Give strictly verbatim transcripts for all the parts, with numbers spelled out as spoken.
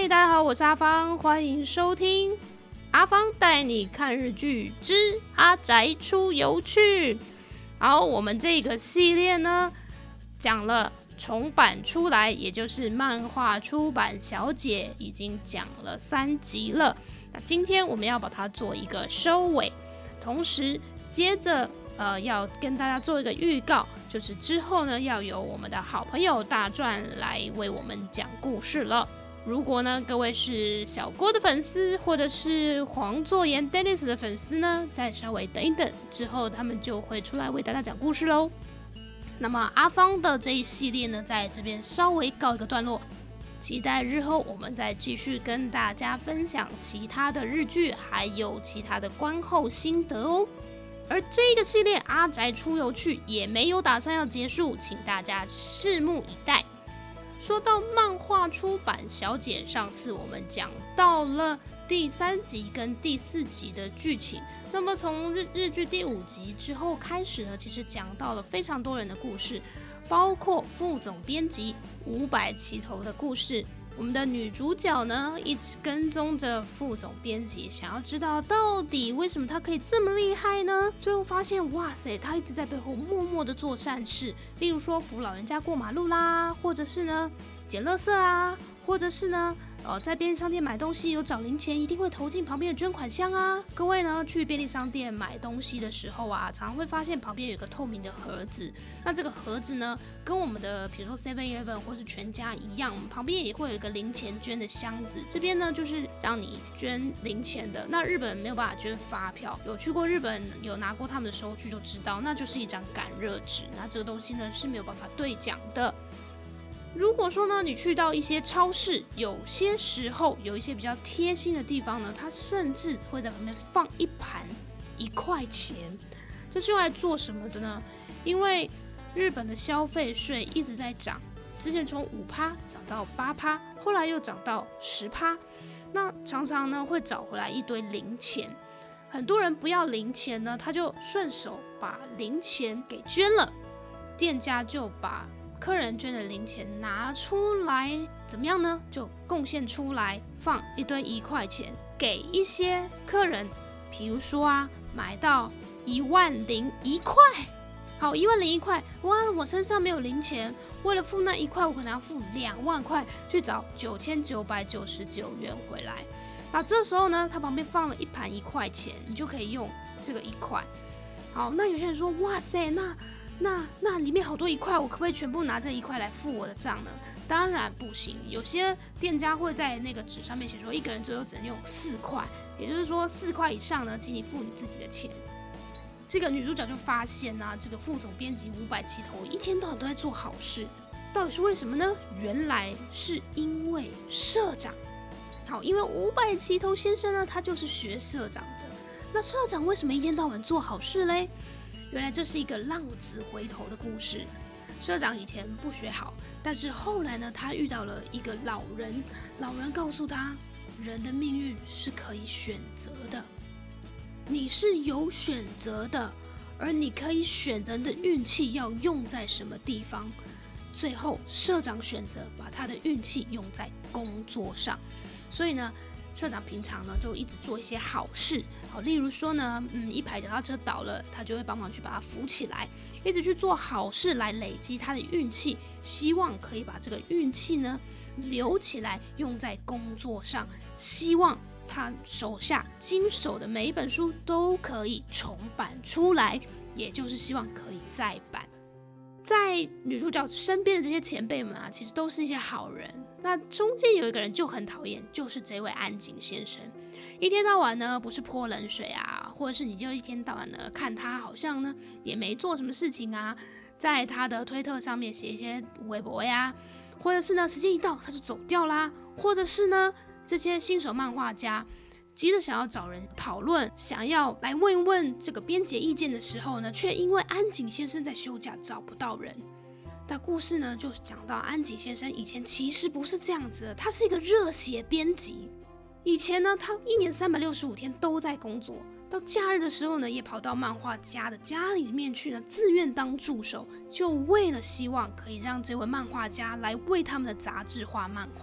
大家好，我是阿芳，欢迎收听阿芳带你看日剧之阿宅出游去。好，我们这个系列呢，讲了重版出来，也就是漫画出版小姐已经讲了三集了。那今天我们要把它做一个收尾，同时接着呃要跟大家做一个预告，就是之后呢要由我们的好朋友大传来为我们讲故事了。如果呢各位是小郭的粉丝，或者是黄作言 Dennis 的粉丝呢，再稍微等一等，之后他们就会出来为大家讲故事咯。那么阿芳的这一系列呢，在这边稍微告一个段落，期待日后我们再继续跟大家分享其他的日剧，还有其他的观后心得哦。而这个系列阿宅出游去也没有打算要结束，请大家拭目以待。说到漫画出版小姐，上次我们讲到了第三集跟第四集的剧情，那么从 日, 日剧第五集之后开始呢，其实讲到了非常多人的故事，包括副总编辑五百齐头的故事。我们的女主角呢，一直跟踪着副总编辑，想要知道到底为什么他可以这么厉害呢？最后发现，哇塞，他一直在背后默默的做善事，例如说扶老人家过马路啦，或者是呢捡垃圾啊，或者是呢呃在便利商店买东西有找零钱，一定会投进旁边的捐款箱啊。各位呢去便利商店买东西的时候啊，常常会发现旁边有一个透明的盒子，那这个盒子呢跟我们的比如说 seven eleven 或是全家一样，旁边也会有一个零钱捐的箱子，这边呢就是让你捐零钱的。那日本没有办法捐发票，有去过日本有拿过他们的收据就知道，那就是一张感热纸，那这个东西呢是没有办法兑奖的。如果说呢，你去到一些超市，有些时候有一些比较贴心的地方呢，它甚至会在旁边放一盘一块钱，这是用来做什么的呢？因为日本的消费税一直在涨，之前从 百分之五 涨到 百分之八， 后来又涨到 百分之十， 那常常呢会找回来一堆零钱。很多人不要零钱呢，他就顺手把零钱给捐了，店家就把客人捐的零钱拿出来，怎么样呢？就贡献出来，放一堆一块钱给一些客人。比如说啊，买到一万零一块，好，一万零一块，哇，我身上没有零钱，为了付那一块，我可能要付两万块，去找九千九百九十九元回来。那这时候呢，他旁边放了一盘一块钱，你就可以用这个一块。好，那有些人说，哇塞，那那那里面好多一块，我可不可以全部拿这一块来付我的账呢？当然不行，有些店家会在那个纸上面写说，一个人最多只能用四块，也就是说四块以上呢，请你付你自己的钱。这个女主角就发现啊，这个副总编辑五百齐头一天到晚都在做好事，到底是为什么呢？原来是因为社长。好，因为五百齐头先生呢，他就是学社长的。那社长为什么一天到晚做好事嘞？原来这是一个浪子回头的故事。社长以前不学好，但是后来呢，他遇到了一个老人，老人告诉他，人的命运是可以选择的，你是有选择的，而你可以选择的运气要用在什么地方。最后，社长选择把他的运气用在工作上，所以呢，社长平常呢就一直做一些好事，好，例如说呢，嗯，一排脚踏车倒了，他就会帮忙去把它扶起来，一直去做好事来累积他的运气，希望可以把这个运气呢留起来用在工作上，希望他手下经手的每一本书都可以重版出来，也就是希望可以再版。在女主角身边的这些前辈们啊，其实都是一些好人。那中间有一个人就很讨厌，就是这位安井先生。一天到晚呢，不是泼冷水啊，或者是你就一天到晚呢看他好像呢也没做什么事情啊，在他的推特上面写一些微博呀，或者是呢时间一到他就走掉啦，或者是呢这些新手漫画家急着想要找人讨论，想要来问一问这个编辑意见的时候呢，却因为安井先生在休假找不到人。那故事呢，就是讲到安井先生以前其实不是这样子的，他是一个热血编辑。以前呢，他一年三百六十五天都在工作，到假日的时候呢，也跑到漫画家的家里面去呢，自愿当助手，就为了希望可以让这位漫画家来为他们的杂志画漫画。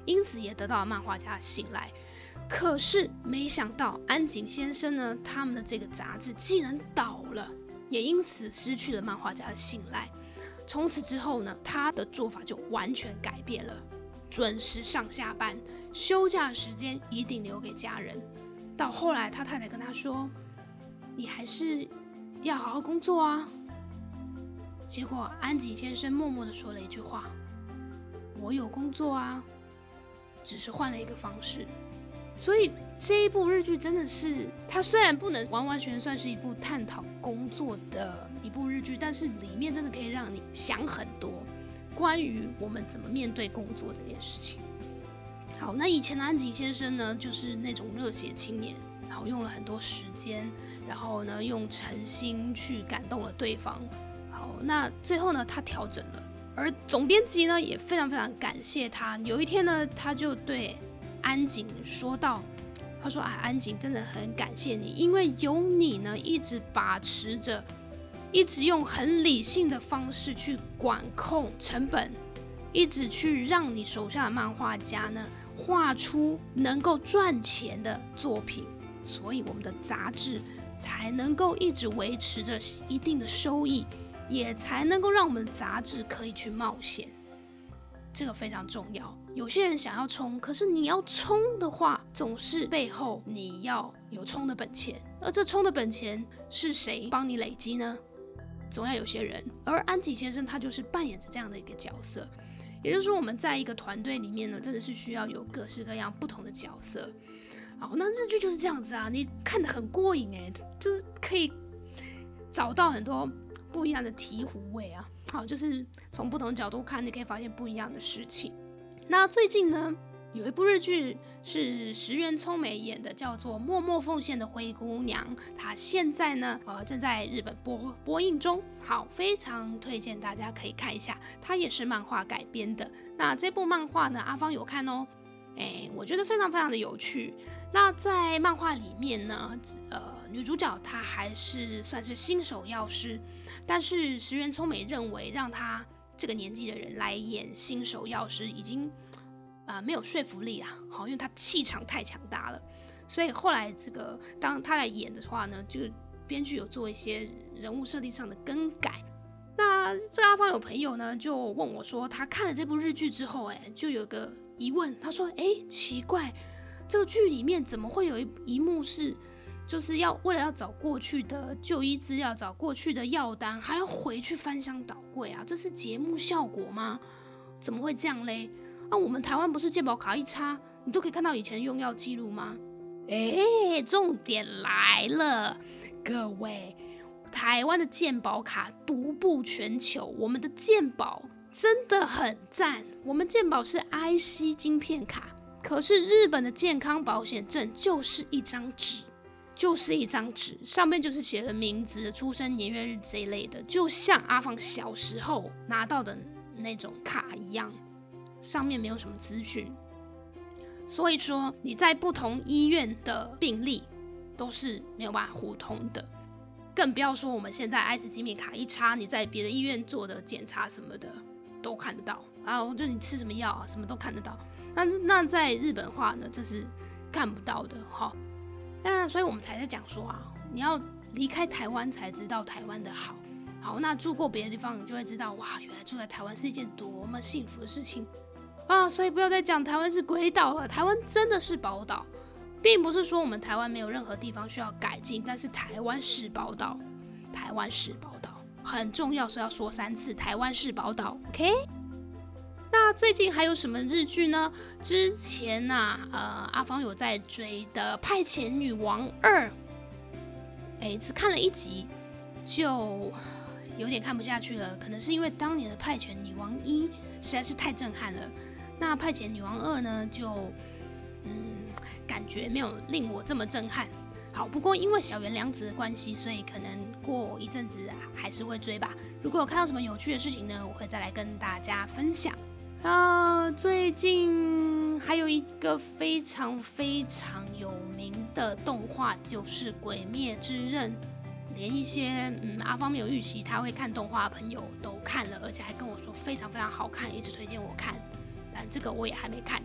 因此也得到了漫画家的信赖。可是没想到安井先生呢，他们的这个杂志竟然倒了，也因此失去了漫画家的信赖。从此之后呢，他的做法就完全改变了，准时上下班，休假时间一定留给家人。到后来他太太跟他说，你还是要好好工作啊。结果安井先生默默地说了一句话，我有工作啊，只是换了一个方式。所以这一部日剧真的是，它虽然不能完完全全算是一部探讨工作的一部日剧，但是里面真的可以让你想很多关于我们怎么面对工作这件事情。好，那以前的安井先生呢，就是那种热血青年，然后用了很多时间，然后呢用诚心去感动了对方。好，那最后呢他调整了，而总编辑呢也非常非常感谢他。有一天呢，他就对安井说道，他说啊，安井真的很感谢你，因为有你呢一直把持着，一直用很理性的方式去管控成本，一直去让你手下的漫画家呢画出能够赚钱的作品，所以我们的杂志才能够一直维持着一定的收益，也才能够让我们的杂志可以去冒险。这个非常重要。有些人想要冲，可是你要冲的话，总是背后你要有冲的本钱，而这冲的本钱是谁帮你累积呢？总要有些人，而安井先生他就是扮演着这样的一个角色。也就是说，我们在一个团队里面呢，真的是需要有各式各样不同的角色。好，那日剧就是这样子啊，你看得很过瘾哎，就是可以找到很多不一样的醍醐味啊。好，就是从不同角度看，你可以发现不一样的事情。那最近呢，有一部日剧是石原聪美演的，叫做《默默奉献的灰姑娘》，她现在呢，呃，正在日本播播映中。好，非常推荐大家可以看一下，它也是漫画改编的。那这部漫画呢，阿芳有看哦，哎，我觉得非常非常的有趣。那在漫画里面呢，呃，女主角她还是算是新手药师，但是石原聪美认为让她这个年纪的人来演新手药师已经呃没有说服力啦，好，因为她气场太强大了，所以后来这个当她来演的话呢，这个编剧有做一些人物设定上的更改。那这个阿芳有朋友呢就问我说，他看了这部日剧之后，哎，就有个疑问，他说，哎，奇怪，这个剧里面怎么会有一一幕是，就是要为了要找过去的就医资料，找过去的药单，还要回去翻箱倒柜啊？这是节目效果吗？怎么会这样嘞？啊，我们台湾不是健保卡一插，你都可以看到以前用药记录吗？哎，重点来了，各位，台湾的健保卡独步全球，我们的健保真的很赞，我们健保是 I C 晶片卡。可是日本的健康保险证就是一张纸，就是一张纸，上面就是写了名字、出生年月日这一类的，就像阿芳小时候拿到的那种卡一样，上面没有什么资讯。所以说你在不同医院的病历都是没有办法互通的，更不要说我们现在 I C 晶片卡一插，你在别的医院做的检查什么的都看得到啊，就你吃什么药啊，什么都看得到。那那在日本话呢，这是看不到的哈。那所以我们才在讲说啊，你要离开台湾才知道台湾的好。好，那住过别的地方，你就会知道，哇，原来住在台湾是一件多么幸福的事情啊！所以不要再讲台湾是鬼岛了，台湾真的是宝岛，并不是说我们台湾没有任何地方需要改进，但是台湾是宝岛，台湾是宝岛很重要，所以要说三次，台湾是宝岛 ，OK？那最近还有什么日剧呢？之前啊，呃，阿芳有在追的《派遣女王二》，哎，只看了一集就有点看不下去了，可能是因为当年的《派遣女王一》实在是太震撼了。那《派遣女王二》呢，就嗯，感觉没有令我这么震撼。好，不过因为小原凉子的关系，所以可能过一阵子还是会追吧。如果有看到什么有趣的事情呢，我会再来跟大家分享。啊，最近还有一个非常非常有名的动画，就是《鬼灭之刃》，连一些嗯阿芳没有预期他会看动画的朋友都看了，而且还跟我说非常非常好看，一直推荐我看。但这个我也还没看。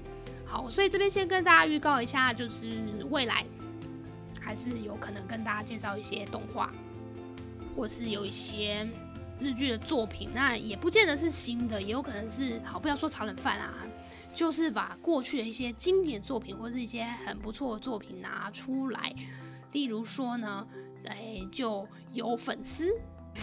好，所以这边先跟大家预告一下，就是未来还是有可能跟大家介绍一些动画，或是有一些日剧的作品，那也不见得是新的，也有可能是好，不要说炒冷饭啊，就是把过去的一些经典作品或是一些很不错的作品拿出来。例如说呢，哎，就有粉丝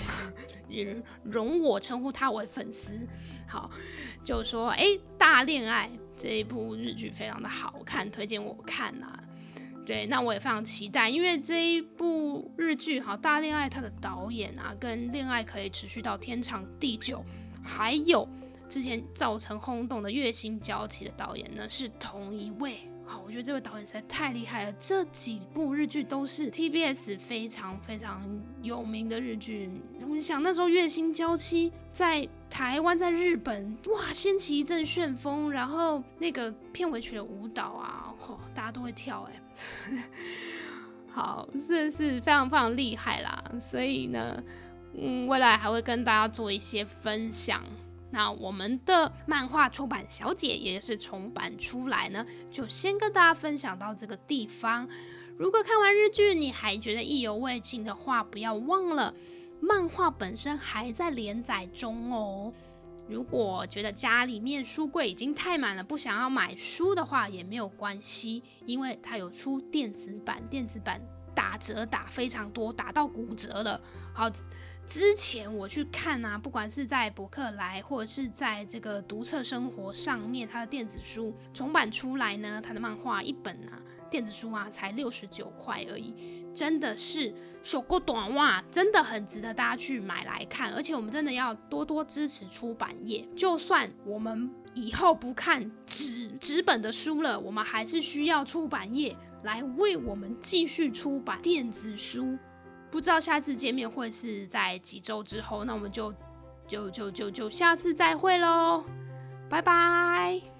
容我称呼他为粉丝，好，就说哎，《大恋爱》这一部日剧非常的好看，推荐我看啊。对，那我也非常期待，因为这一部日剧好，《大恋爱》它的导演啊，跟《恋爱可以持续到天长地久》，还有之前造成轰动的《月薪娇妻》的导演呢，是同一位。好，我觉得这位导演实在太厉害了，这几部日剧都是 T B S 非常非常有名的日剧。我想那时候《月薪娇妻》在台湾、在日本，哇，掀起一阵旋风，然后那个片尾曲的舞蹈啊，哦、大家都会跳哎、欸。好，真的是非常非常厉害啦。所以呢，嗯，未来还会跟大家做一些分享。那我们的漫画出版小姐也是重版出来呢，就先跟大家分享到这个地方。如果看完日剧你还觉得意犹未尽的话，不要忘了漫画本身还在连载中哦。如果觉得家里面书柜已经太满了，不想要买书的话也没有关系，因为它有出电子版，电子版打折打非常多，打到骨折了。好，之前我去看啊，不管是在博客来或者是在这个读册生活上面，它的电子书重版出来呢，它的漫画一本啊，电子书啊才六十九块而已，真的是手够短哇，真的很值得大家去买来看。而且我们真的要多多支持出版业，就算我们以后不看纸纸本的书了，我们还是需要出版业来为我们继续出版电子书。不知道下次见面会是在几周之后，那我们就就就就就下次再会喽，拜拜。